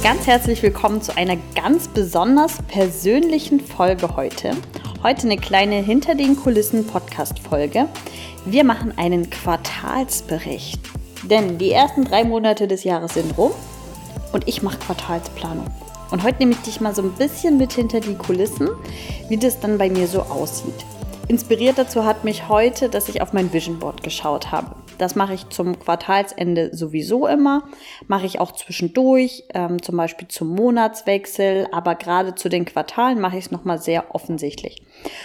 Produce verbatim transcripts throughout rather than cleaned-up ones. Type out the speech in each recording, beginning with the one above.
Ganz herzlich willkommen zu einer ganz besonders persönlichen Folge heute. Heute eine kleine Hinter den Kulissen Podcast-Folge. Wir machen einen Quartalsbericht, denn die ersten drei Monate des Jahres sind rum und ich mache Quartalsplanung. Und heute nehme ich dich mal so ein bisschen mit hinter die Kulissen, wie das dann bei mir so aussieht. Inspiriert dazu hat mich heute, dass ich auf mein Vision Board geschaut habe. Das mache ich zum Quartalsende sowieso immer, mache ich auch zwischendurch, ähm, zum Beispiel zum Monatswechsel, aber gerade zu den Quartalen mache ich es nochmal sehr offensichtlich.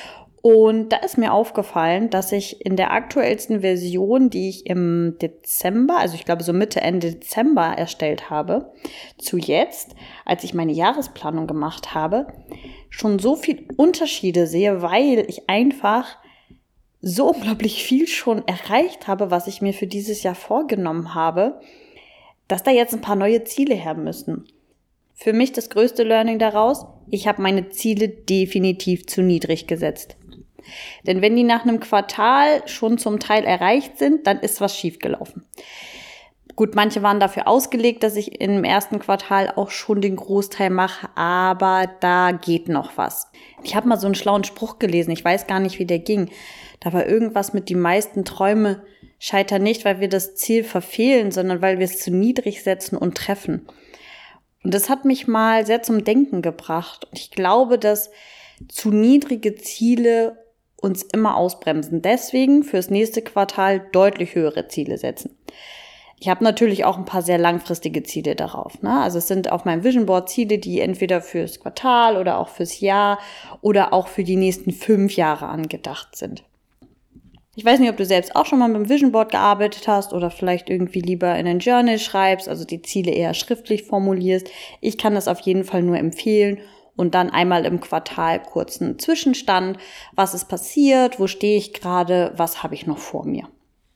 Und da ist mir aufgefallen, dass ich in der aktuellsten Version, die ich im Dezember, also ich glaube so Mitte, Ende Dezember erstellt habe, zu jetzt, als ich meine Jahresplanung gemacht habe, schon so viel Unterschiede sehe, weil ich einfach so unglaublich viel schon erreicht habe, was ich mir für dieses Jahr vorgenommen habe, dass da jetzt ein paar neue Ziele her müssen. Für mich das größte Learning daraus: Ich habe meine Ziele definitiv zu niedrig gesetzt. Denn wenn die nach einem Quartal schon zum Teil erreicht sind, dann ist was schiefgelaufen. Gut, manche waren dafür ausgelegt, dass ich im ersten Quartal auch schon den Großteil mache, aber da geht noch was. Ich habe mal so einen schlauen Spruch gelesen, ich weiß gar nicht, wie der ging. Da war irgendwas mit: Die meisten Träume scheitern nicht, weil wir das Ziel verfehlen, sondern weil wir es zu niedrig setzen und treffen. Und das hat mich mal sehr zum Denken gebracht. Und ich glaube, dass zu niedrige Ziele uns immer ausbremsen. Deswegen fürs nächste Quartal deutlich höhere Ziele setzen. Ich habe natürlich auch ein paar sehr langfristige Ziele darauf. Ne? Also es sind auf meinem Vision Board Ziele, die entweder fürs Quartal oder auch fürs Jahr oder auch für die nächsten fünf Jahre angedacht sind. Ich weiß nicht, ob du selbst auch schon mal mit dem Vision Board gearbeitet hast oder vielleicht irgendwie lieber in ein Journal schreibst, also die Ziele eher schriftlich formulierst. Ich kann das auf jeden Fall nur empfehlen. Und dann einmal im Quartal kurz einen Zwischenstand. Was ist passiert? Wo stehe ich gerade? Was habe ich noch vor mir?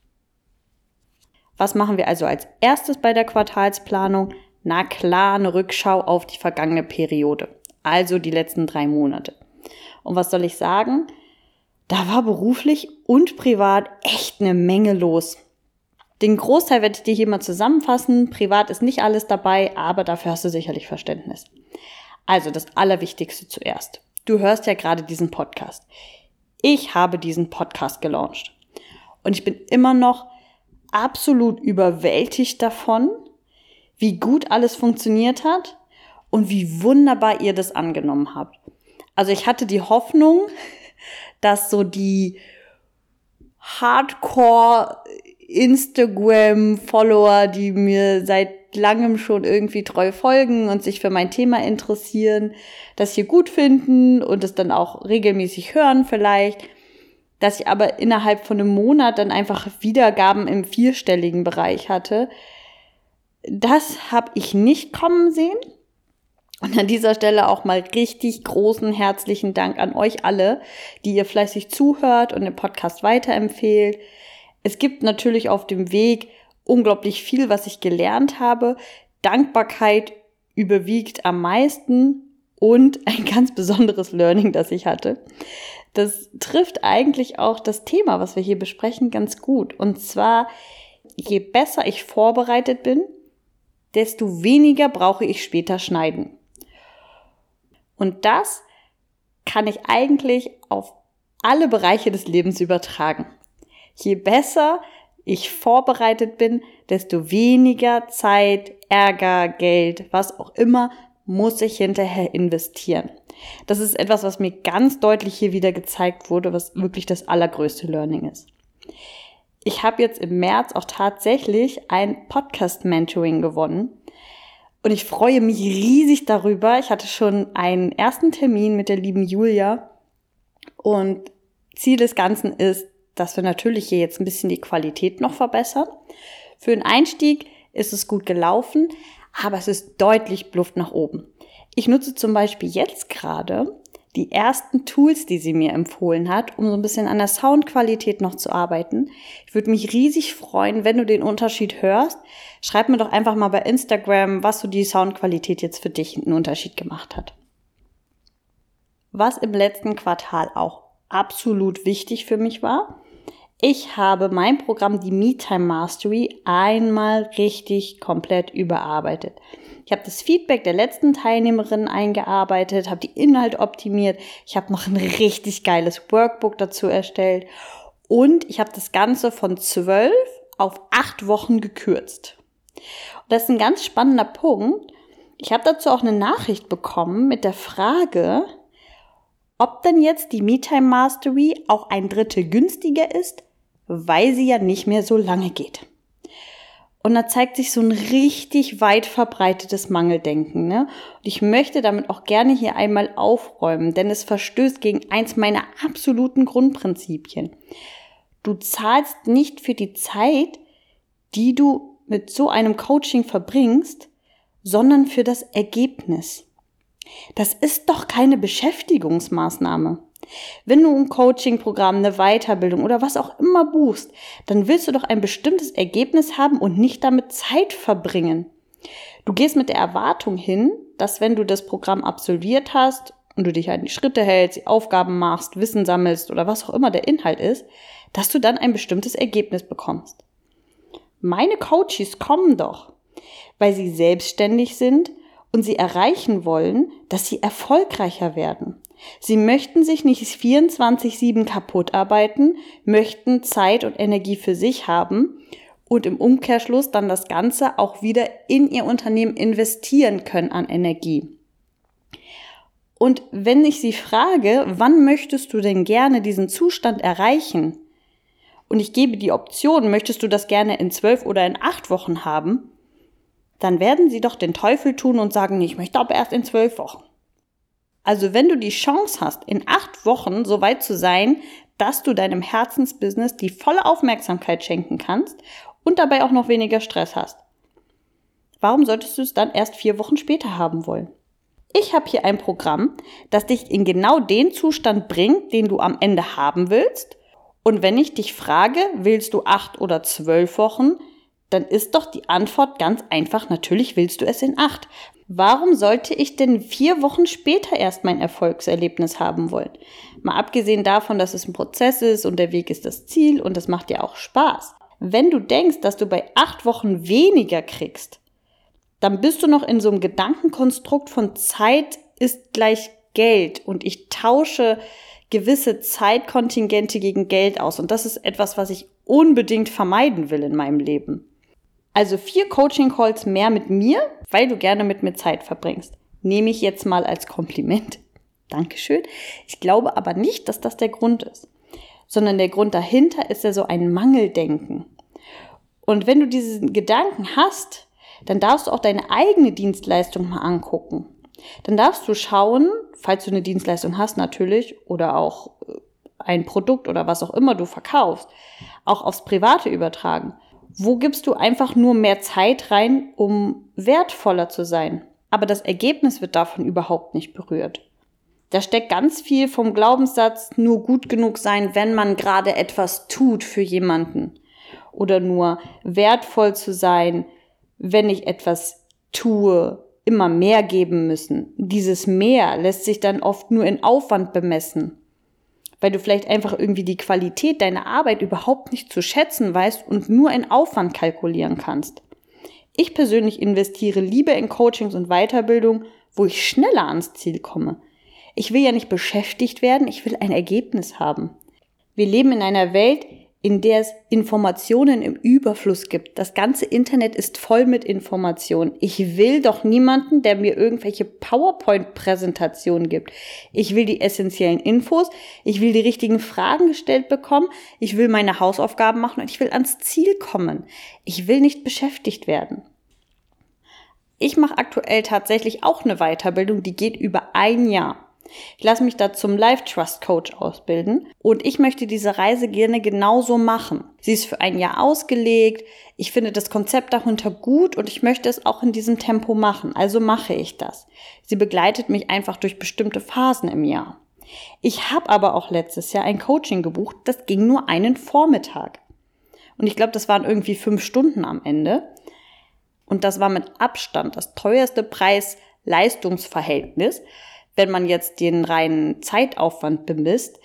Was machen wir also als erstes bei der Quartalsplanung? Na klar, eine Rückschau auf die vergangene Periode. Also die letzten drei Monate. Und was soll ich sagen? Da war beruflich und privat echt eine Menge los. Den Großteil werde ich dir hier mal zusammenfassen. Privat ist nicht alles dabei, aber dafür hast du sicherlich Verständnis. Also das Allerwichtigste zuerst. Du hörst ja gerade diesen Podcast. Ich habe diesen Podcast gelauncht. Und ich bin immer noch absolut überwältigt davon, wie gut alles funktioniert hat und wie wunderbar ihr das angenommen habt. Also ich hatte die Hoffnung, dass so die Hardcore-Instagram-Follower, die mir seit langem schon irgendwie treu folgen und sich für mein Thema interessieren, das hier gut finden und es dann auch regelmäßig hören vielleicht, dass ich aber innerhalb von einem Monat dann einfach Wiedergaben im vierstelligen Bereich hatte. Das habe ich nicht kommen sehen. Und an dieser Stelle auch mal richtig großen herzlichen Dank an euch alle, die ihr fleißig zuhört und den Podcast weiterempfehlt. Es gibt natürlich auf dem Weg unglaublich viel, was ich gelernt habe. Dankbarkeit überwiegt am meisten und ein ganz besonderes Learning, das ich hatte. Das trifft eigentlich auch das Thema, was wir hier besprechen, ganz gut. Und zwar, je besser ich vorbereitet bin, desto weniger brauche ich später schneiden. Und das kann ich eigentlich auf alle Bereiche des Lebens übertragen. Je besser ich vorbereitet bin, desto weniger Zeit, Ärger, Geld, was auch immer, muss ich hinterher investieren. Das ist etwas, was mir ganz deutlich hier wieder gezeigt wurde, was wirklich das allergrößte Learning ist. Ich habe jetzt im März auch tatsächlich ein Podcast-Mentoring gewonnen und ich freue mich riesig darüber. Ich hatte schon einen ersten Termin mit der lieben Julia und Ziel des Ganzen ist, dass wir natürlich hier jetzt ein bisschen die Qualität noch verbessern. Für den Einstieg ist es gut gelaufen, aber es ist deutlich Luft nach oben. Ich nutze zum Beispiel jetzt gerade die ersten Tools, die sie mir empfohlen hat, um so ein bisschen an der Soundqualität noch zu arbeiten. Ich würde mich riesig freuen, wenn du den Unterschied hörst. Schreib mir doch einfach mal bei Instagram, was so die Soundqualität jetzt für dich einen Unterschied gemacht hat. Was im letzten Quartal auch absolut wichtig für mich war: Ich habe mein Programm, die Me-Time Mastery, einmal richtig komplett überarbeitet. Ich habe das Feedback der letzten Teilnehmerinnen eingearbeitet, habe die Inhalte optimiert. Ich habe noch ein richtig geiles Workbook dazu erstellt. Und ich habe das Ganze von zwölf auf acht Wochen gekürzt. Und das ist ein ganz spannender Punkt. Ich habe dazu auch eine Nachricht bekommen mit der Frage, ob denn jetzt die Me-Time Mastery auch ein Drittel günstiger ist, weil sie ja nicht mehr so lange geht. Und da zeigt sich so ein richtig weit verbreitetes Mangeldenken, ne? Und ich möchte damit auch gerne hier einmal aufräumen, denn es verstößt gegen eins meiner absoluten Grundprinzipien. Du zahlst nicht für die Zeit, die du mit so einem Coaching verbringst, sondern für das Ergebnis. Das ist doch keine Beschäftigungsmaßnahme. Wenn du ein Coaching-Programm, eine Weiterbildung oder was auch immer buchst, dann willst du doch ein bestimmtes Ergebnis haben und nicht damit Zeit verbringen. Du gehst mit der Erwartung hin, dass wenn du das Programm absolviert hast und du dich an die Schritte hältst, die Aufgaben machst, Wissen sammelst oder was auch immer der Inhalt ist, dass du dann ein bestimmtes Ergebnis bekommst. Meine Coaches kommen doch, weil sie selbstständig sind und sie erreichen wollen, dass sie erfolgreicher werden. Sie möchten sich nicht vierundzwanzig sieben kaputt arbeiten, möchten Zeit und Energie für sich haben und im Umkehrschluss dann das Ganze auch wieder in ihr Unternehmen investieren können an Energie. Und wenn ich sie frage, wann möchtest du denn gerne diesen Zustand erreichen? Und ich gebe die Option, möchtest du das gerne in zwölf oder in acht Wochen haben? Dann werden sie doch den Teufel tun und sagen, ich möchte aber erst in zwölf Wochen. Also wenn du die Chance hast, in acht Wochen so weit zu sein, dass du deinem Herzensbusiness die volle Aufmerksamkeit schenken kannst und dabei auch noch weniger Stress hast, warum solltest du es dann erst vier Wochen später haben wollen? Ich habe hier ein Programm, das dich in genau den Zustand bringt, den du am Ende haben willst. Und wenn ich dich frage, willst du acht oder zwölf Wochen, dann ist doch die Antwort ganz einfach, natürlich willst du es in acht. Warum sollte ich denn vier Wochen später erst mein Erfolgserlebnis haben wollen? Mal abgesehen davon, dass es ein Prozess ist und der Weg ist das Ziel und das macht dir auch Spaß. Wenn du denkst, dass du bei acht Wochen weniger kriegst, dann bist du noch in so einem Gedankenkonstrukt von Zeit ist gleich Geld und ich tausche gewisse Zeitkontingente gegen Geld aus. Und das ist etwas, was ich unbedingt vermeiden will in meinem Leben. Also vier Coaching-Calls mehr mit mir, weil du gerne mit mir Zeit verbringst. Nehme ich jetzt mal als Kompliment. Dankeschön. Ich glaube aber nicht, dass das der Grund ist. Sondern der Grund dahinter ist ja so ein Mangeldenken. Und wenn du diesen Gedanken hast, dann darfst du auch deine eigene Dienstleistung mal angucken. Dann darfst du schauen, falls du eine Dienstleistung hast natürlich, oder auch ein Produkt oder was auch immer du verkaufst, auch aufs Private übertragen. Wo gibst du einfach nur mehr Zeit rein, um wertvoller zu sein? Aber das Ergebnis wird davon überhaupt nicht berührt. Da steckt ganz viel vom Glaubenssatz, nur gut genug sein, wenn man gerade etwas tut für jemanden. Oder nur wertvoll zu sein, wenn ich etwas tue, immer mehr geben müssen. Dieses Mehr lässt sich dann oft nur in Aufwand bemessen, weil du vielleicht einfach irgendwie die Qualität deiner Arbeit überhaupt nicht zu schätzen weißt und nur in Aufwand kalkulieren kannst. Ich persönlich investiere lieber in Coachings und Weiterbildung, wo ich schneller ans Ziel komme. Ich will ja nicht beschäftigt werden, ich will ein Ergebnis haben. Wir leben in einer Welt, in der es Informationen im Überfluss gibt. Das ganze Internet ist voll mit Informationen. Ich will doch niemanden, der mir irgendwelche PowerPoint-Präsentationen gibt. Ich will die essentiellen Infos, ich will die richtigen Fragen gestellt bekommen, ich will meine Hausaufgaben machen und ich will ans Ziel kommen. Ich will nicht beschäftigt werden. Ich mache aktuell tatsächlich auch eine Weiterbildung, die geht über ein Jahr. Ich lasse mich da zum Life Trust Coach ausbilden und ich möchte diese Reise gerne genauso machen. Sie ist für ein Jahr ausgelegt. Ich finde das Konzept dahinter gut und ich möchte es auch in diesem Tempo machen. Also mache ich das. Sie begleitet mich einfach durch bestimmte Phasen im Jahr. Ich habe aber auch letztes Jahr ein Coaching gebucht, das ging nur einen Vormittag. Und ich glaube, das waren irgendwie fünf Stunden am Ende. Und das war mit Abstand das teuerste Preis-Leistungs-Verhältnis, wenn man jetzt den reinen Zeitaufwand bemisst.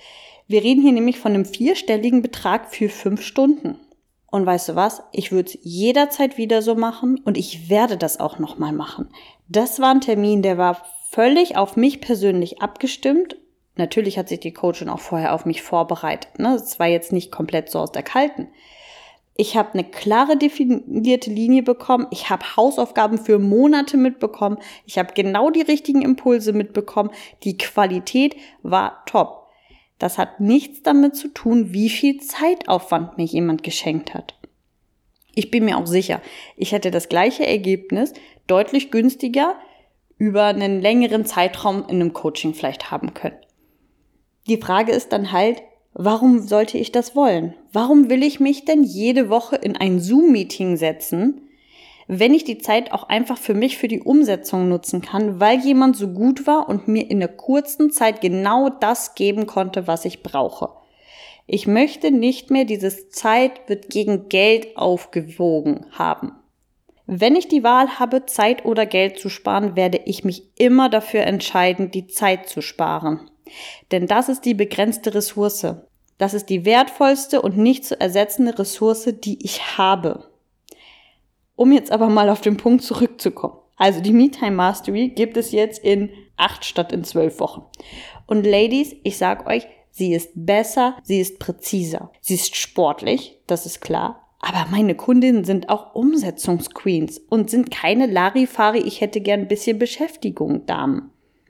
Wir reden hier nämlich von einem vierstelligen Betrag für fünf Stunden. Und weißt du was? Ich würde es jederzeit wieder so machen und ich werde das auch nochmal machen. Das war ein Termin, der war völlig auf mich persönlich abgestimmt. Natürlich hat sich die Coachin auch vorher auf mich vorbereitet. Ne? Das war jetzt nicht komplett so aus der Kalten. Ich habe eine klare definierte Linie bekommen. Ich habe Hausaufgaben für Monate mitbekommen. Ich habe genau die richtigen Impulse mitbekommen. Die Qualität war top. Das hat nichts damit zu tun, wie viel Zeitaufwand mir jemand geschenkt hat. Ich bin mir auch sicher, ich hätte das gleiche Ergebnis deutlich günstiger über einen längeren Zeitraum in einem Coaching vielleicht haben können. Die Frage ist dann halt, warum sollte ich das wollen? Warum will ich mich denn jede Woche in ein Zoom-Meeting setzen, wenn ich die Zeit auch einfach für mich, für die Umsetzung nutzen kann, weil jemand so gut war und mir in der kurzen Zeit genau das geben konnte, was ich brauche. Ich möchte nicht mehr dieses Zeit wird gegen Geld aufgewogen haben. Wenn ich die Wahl habe, Zeit oder Geld zu sparen, werde ich mich immer dafür entscheiden, die Zeit zu sparen. Denn das ist die begrenzte Ressource. Das ist die wertvollste und nicht zu ersetzende Ressource, die ich habe. Um jetzt aber mal auf den Punkt zurückzukommen. Also die Me-Time Mastery gibt es jetzt in acht statt in zwölf Wochen. Und Ladies, ich sag euch, sie ist besser, sie ist präziser. Sie ist sportlich, das ist klar. Aber meine Kundinnen sind auch Umsetzungsqueens und sind keine Larifari, ich hätte gern ein bisschen Beschäftigung, Damen.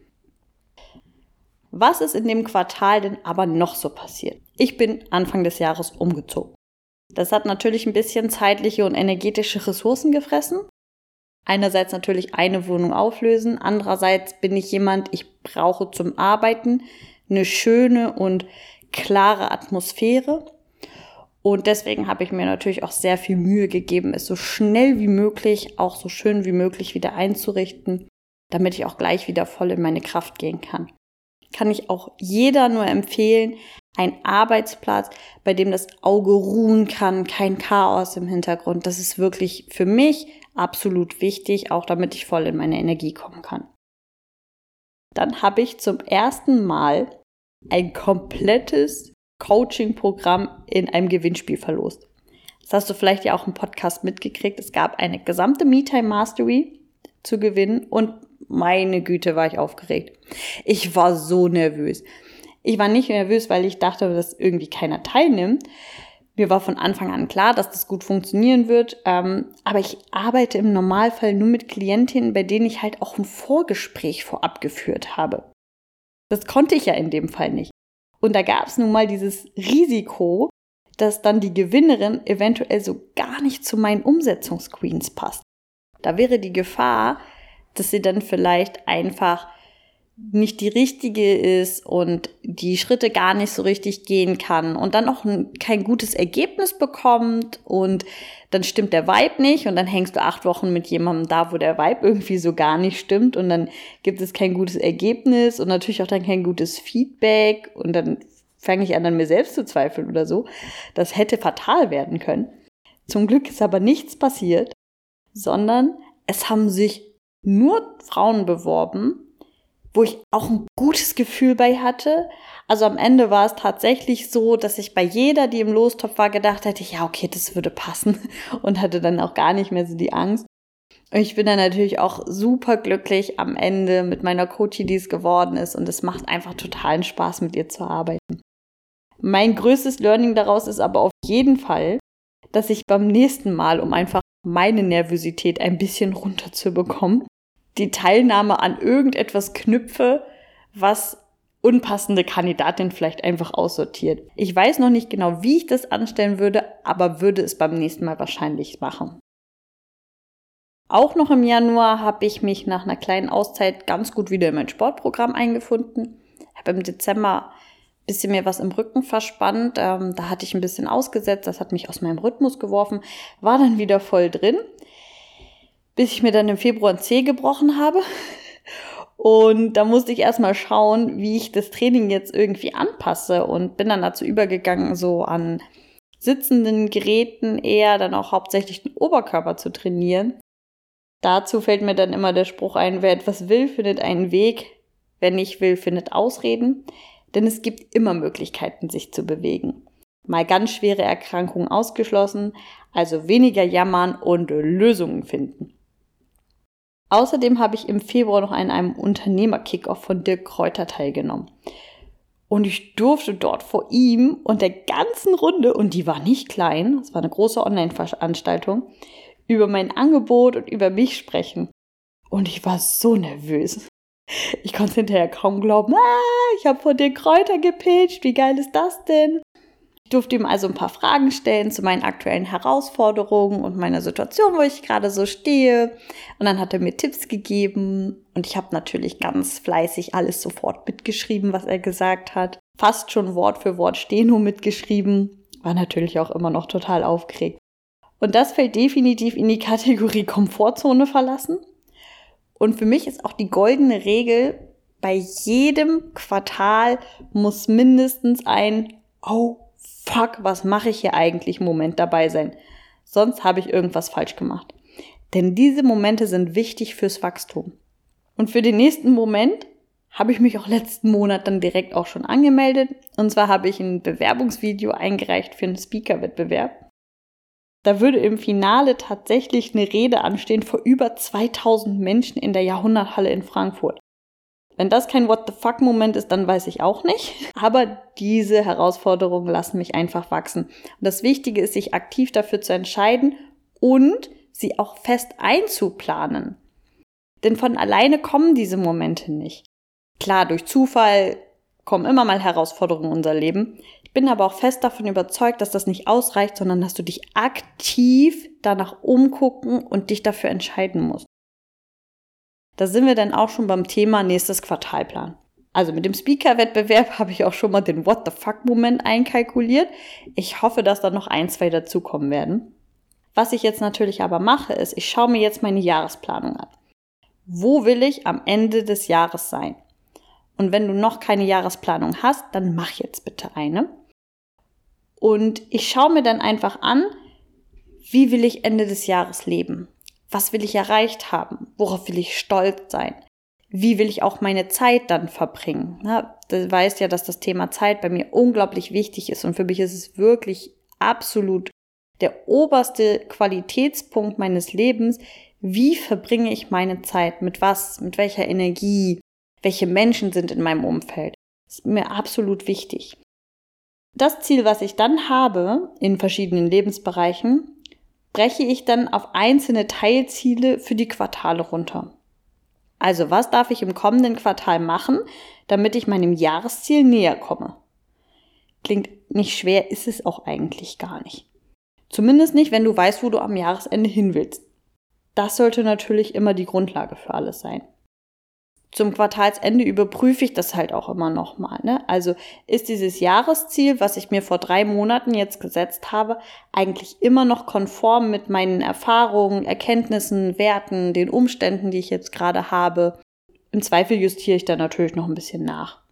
Was ist in dem Quartal denn aber noch so passiert? Ich bin Anfang des Jahres umgezogen. Das hat natürlich ein bisschen zeitliche und energetische Ressourcen gefressen. Einerseits natürlich eine Wohnung auflösen, andererseits bin ich jemand, ich brauche zum Arbeiten eine schöne und klare Atmosphäre. Und deswegen habe ich mir natürlich auch sehr viel Mühe gegeben, es so schnell wie möglich, auch so schön wie möglich wieder einzurichten, damit ich auch gleich wieder voll in meine Kraft gehen kann. Kann ich auch jeder nur empfehlen, ein Arbeitsplatz, bei dem das Auge ruhen kann, kein Chaos im Hintergrund. Das ist wirklich für mich absolut wichtig, auch damit ich voll in meine Energie kommen kann. Dann habe ich zum ersten Mal ein komplettes Coaching-Programm in einem Gewinnspiel verlost. Das hast du vielleicht ja auch im Podcast mitgekriegt. Es gab eine gesamte Me-Time Mastery zu gewinnen und meine Güte, war ich aufgeregt. Ich war so nervös. Ich war nicht nervös, weil ich dachte, dass irgendwie keiner teilnimmt. Mir war von Anfang an klar, dass das gut funktionieren wird. Ähm, aber ich arbeite im Normalfall nur mit Klientinnen, bei denen ich halt auch ein Vorgespräch vorab geführt habe. Das konnte ich ja in dem Fall nicht. Und da gab es nun mal dieses Risiko, dass dann die Gewinnerin eventuell so gar nicht zu meinen Umsetzungsqueens passt. Da wäre die Gefahr, dass sie dann vielleicht einfach nicht die richtige ist und die Schritte gar nicht so richtig gehen kann und dann auch kein gutes Ergebnis bekommt und dann stimmt der Vibe nicht und dann hängst du acht Wochen mit jemandem da, wo der Vibe irgendwie so gar nicht stimmt und dann gibt es kein gutes Ergebnis und natürlich auch dann kein gutes Feedback und dann fange ich an, an mir selbst zu zweifeln oder so. Das hätte fatal werden können. Zum Glück ist aber nichts passiert, sondern es haben sich nur Frauen beworben, wo ich auch ein gutes Gefühl bei hatte. Also am Ende war es tatsächlich so, dass ich bei jeder, die im Lostopf war, gedacht hätte, ja okay, das würde passen und hatte dann auch gar nicht mehr so die Angst. Und ich bin dann natürlich auch super glücklich am Ende mit meiner Coachie, die es geworden ist und es macht einfach totalen Spaß, mit ihr zu arbeiten. Mein größtes Learning daraus ist aber auf jeden Fall, dass ich beim nächsten Mal, um einfach meine Nervosität ein bisschen runterzubekommen, die Teilnahme an irgendetwas knüpfe, was unpassende Kandidatin vielleicht einfach aussortiert. Ich weiß noch nicht genau, wie ich das anstellen würde, aber würde es beim nächsten Mal wahrscheinlich machen. Auch noch im Januar habe ich mich nach einer kleinen Auszeit ganz gut wieder in mein Sportprogramm eingefunden. Ich habe im Dezember ein bisschen mir was im Rücken verspannt. Ähm, da hatte ich ein bisschen ausgesetzt, das hat mich aus meinem Rhythmus geworfen, war dann wieder voll drin, bis ich mir dann im Februar ein Zeh gebrochen habe. Und da musste ich erstmal schauen, wie ich das Training jetzt irgendwie anpasse und bin dann dazu übergegangen, so an sitzenden Geräten eher dann auch hauptsächlich den Oberkörper zu trainieren. Dazu fällt mir dann immer der Spruch ein, wer etwas will, findet einen Weg, wer nicht will, findet Ausreden. Denn es gibt immer Möglichkeiten, sich zu bewegen. Mal ganz schwere Erkrankungen ausgeschlossen, also weniger jammern und Lösungen finden. Außerdem habe ich im Februar noch an einem Unternehmer-Kick-Off von Dirk Kräuter teilgenommen. Und ich durfte dort vor ihm und der ganzen Runde, und die war nicht klein, es war eine große Online-Veranstaltung, über mein Angebot und über mich sprechen. Und ich war so nervös. Ich konnte es hinterher kaum glauben. Ah, ich habe vor Dirk Kräuter gepitcht, wie geil ist das denn? Ich durfte ihm also ein paar Fragen stellen zu meinen aktuellen Herausforderungen und meiner Situation, wo ich gerade so stehe. Und dann hat er mir Tipps gegeben und ich habe natürlich ganz fleißig alles sofort mitgeschrieben, was er gesagt hat. Fast schon Wort für Wort Steno mitgeschrieben. War natürlich auch immer noch total aufgeregt. Und das fällt definitiv in die Kategorie Komfortzone verlassen. Und für mich ist auch die goldene Regel, bei jedem Quartal muss mindestens ein Oh, fuck, was mache ich hier eigentlich Moment dabei sein. Sonst habe ich irgendwas falsch gemacht. Denn diese Momente sind wichtig fürs Wachstum. Und für den nächsten Moment habe ich mich auch letzten Monat dann direkt auch schon angemeldet. Und zwar habe ich ein Bewerbungsvideo eingereicht für einen Speaker-Wettbewerb. Da würde im Finale tatsächlich eine Rede anstehen vor über zweitausend Menschen in der Jahrhunderthalle in Frankfurt. Wenn das kein What-the-fuck-Moment ist, dann weiß ich auch nicht. Aber diese Herausforderungen lassen mich einfach wachsen. Und das Wichtige ist, sich aktiv dafür zu entscheiden und sie auch fest einzuplanen. Denn von alleine kommen diese Momente nicht. Klar, durch Zufall kommen immer mal Herausforderungen in unser Leben. Ich bin aber auch fest davon überzeugt, dass das nicht ausreicht, sondern dass du dich aktiv danach umgucken und dich dafür entscheiden musst. Da sind wir dann auch schon beim Thema nächstes Quartalplan. Also mit dem Speaker-Wettbewerb habe ich auch schon mal den What-the-fuck-Moment einkalkuliert. Ich hoffe, dass da noch ein, zwei dazukommen werden. Was ich jetzt natürlich aber mache, ist, ich schaue mir jetzt meine Jahresplanung an. Wo will ich am Ende des Jahres sein? Und wenn du noch keine Jahresplanung hast, dann mach jetzt bitte eine. Und ich schaue mir dann einfach an, wie will ich Ende des Jahres leben? Was will ich erreicht haben? Worauf will ich stolz sein? Wie will ich auch meine Zeit dann verbringen? Na, du weißt ja, dass das Thema Zeit bei mir unglaublich wichtig ist. Und für mich ist es wirklich absolut der oberste Qualitätspunkt meines Lebens. Wie verbringe ich meine Zeit? Mit was? Mit welcher Energie? Welche Menschen sind in meinem Umfeld? Das ist mir absolut wichtig. Das Ziel, was ich dann habe in verschiedenen Lebensbereichen, breche ich dann auf einzelne Teilziele für die Quartale runter. Also, was darf ich im kommenden Quartal machen, damit ich meinem Jahresziel näher komme? Klingt nicht schwer, ist es auch eigentlich gar nicht. Zumindest nicht, wenn du weißt, wo du am Jahresende hin willst. Das sollte natürlich immer die Grundlage für alles sein. Zum Quartalsende überprüfe ich das halt auch immer nochmal, ne? Also ist dieses Jahresziel, was ich mir vor drei Monaten jetzt gesetzt habe, eigentlich immer noch konform mit meinen Erfahrungen, Erkenntnissen, Werten, den Umständen, die ich jetzt gerade habe? Im Zweifel justiere ich da natürlich noch ein bisschen nach.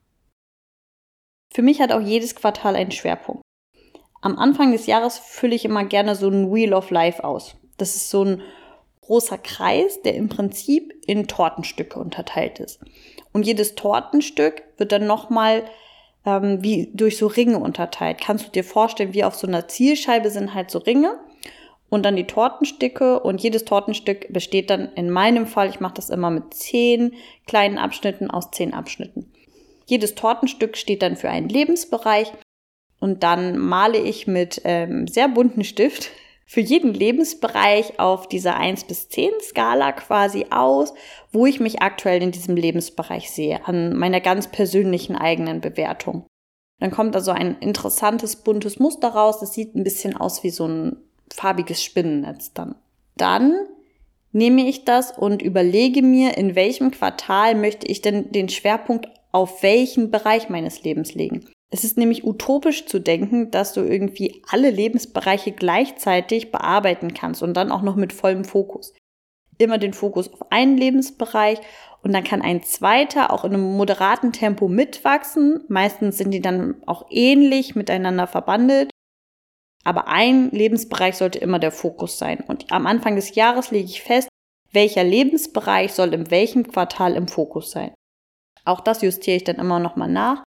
Für mich hat auch jedes Quartal einen Schwerpunkt. Am Anfang des Jahres fülle ich immer gerne so ein Wheel of Life aus. Das ist so ein großer Kreis, der im Prinzip in Tortenstücke unterteilt ist. Und jedes Tortenstück wird dann nochmal ähm, wie durch so Ringe unterteilt. Kannst du dir vorstellen, wie auf so einer Zielscheibe sind halt so Ringe und dann die Tortenstücke und jedes Tortenstück besteht dann in meinem Fall, ich mache das immer mit zehn kleinen Abschnitten aus zehn Abschnitten. Jedes Tortenstück steht dann für einen Lebensbereich und dann male ich mit ähm, sehr bunten Stift für jeden Lebensbereich auf dieser eins bis zehn Skala quasi aus, wo ich mich aktuell in diesem Lebensbereich sehe, an meiner ganz persönlichen eigenen Bewertung. Dann kommt also ein interessantes, buntes Muster raus. Das sieht ein bisschen aus wie so ein farbiges Spinnennetz dann. Dann nehme ich das und überlege mir, in welchem Quartal möchte ich denn den Schwerpunkt auf welchen Bereich meines Lebens legen. Es ist nämlich utopisch zu denken, dass du irgendwie alle Lebensbereiche gleichzeitig bearbeiten kannst und dann auch noch mit vollem Fokus. Immer den Fokus auf einen Lebensbereich und dann kann ein zweiter auch in einem moderaten Tempo mitwachsen. Meistens sind die dann auch ähnlich miteinander verbandelt. Aber ein Lebensbereich sollte immer der Fokus sein. Und am Anfang des Jahres lege ich fest, welcher Lebensbereich soll in welchem Quartal im Fokus sein. Auch das justiere ich dann immer nochmal nach.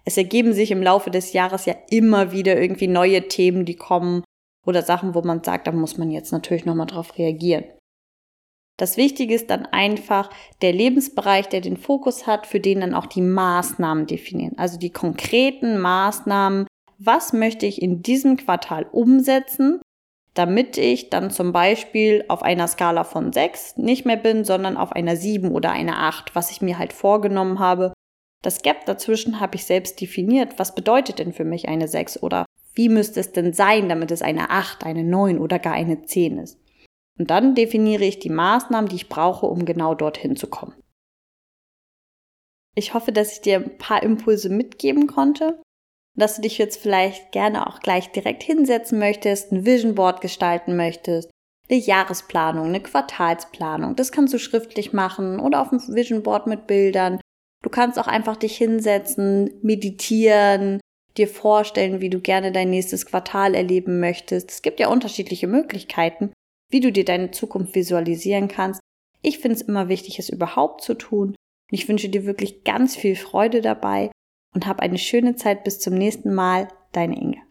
es ergeben sich im Laufe des Jahres ja immer wieder irgendwie neue Themen, die kommen oder Sachen, wo man sagt, da muss man jetzt natürlich nochmal drauf reagieren. Das Wichtige ist dann einfach der Lebensbereich, der den Fokus hat, für den dann auch die Maßnahmen definieren. Also die konkreten Maßnahmen, was möchte ich in diesem Quartal umsetzen, damit ich dann zum Beispiel auf einer Skala von sechs nicht mehr bin, sondern auf einer sieben oder einer acht, was ich mir halt vorgenommen habe. Das Gap dazwischen habe ich selbst definiert. Was bedeutet denn für mich eine sechs oder wie müsste es denn sein, damit es eine acht, eine neun oder gar eine zehn ist? Und dann definiere ich die Maßnahmen, die ich brauche, um genau dorthin zu kommen. Ich hoffe, dass ich dir ein paar Impulse mitgeben konnte, dass du dich jetzt vielleicht gerne auch gleich direkt hinsetzen möchtest, ein Vision Board gestalten möchtest, eine Jahresplanung, eine Quartalsplanung. Das kannst du schriftlich machen oder auf dem Vision Board mit Bildern. Du kannst auch einfach dich hinsetzen, meditieren, dir vorstellen, wie du gerne dein nächstes Quartal erleben möchtest. Es gibt ja unterschiedliche Möglichkeiten, wie du dir deine Zukunft visualisieren kannst. Ich finde es immer wichtig, es überhaupt zu tun. Und ich wünsche dir wirklich ganz viel Freude dabei und hab eine schöne Zeit bis zum nächsten Mal. Deine Inga.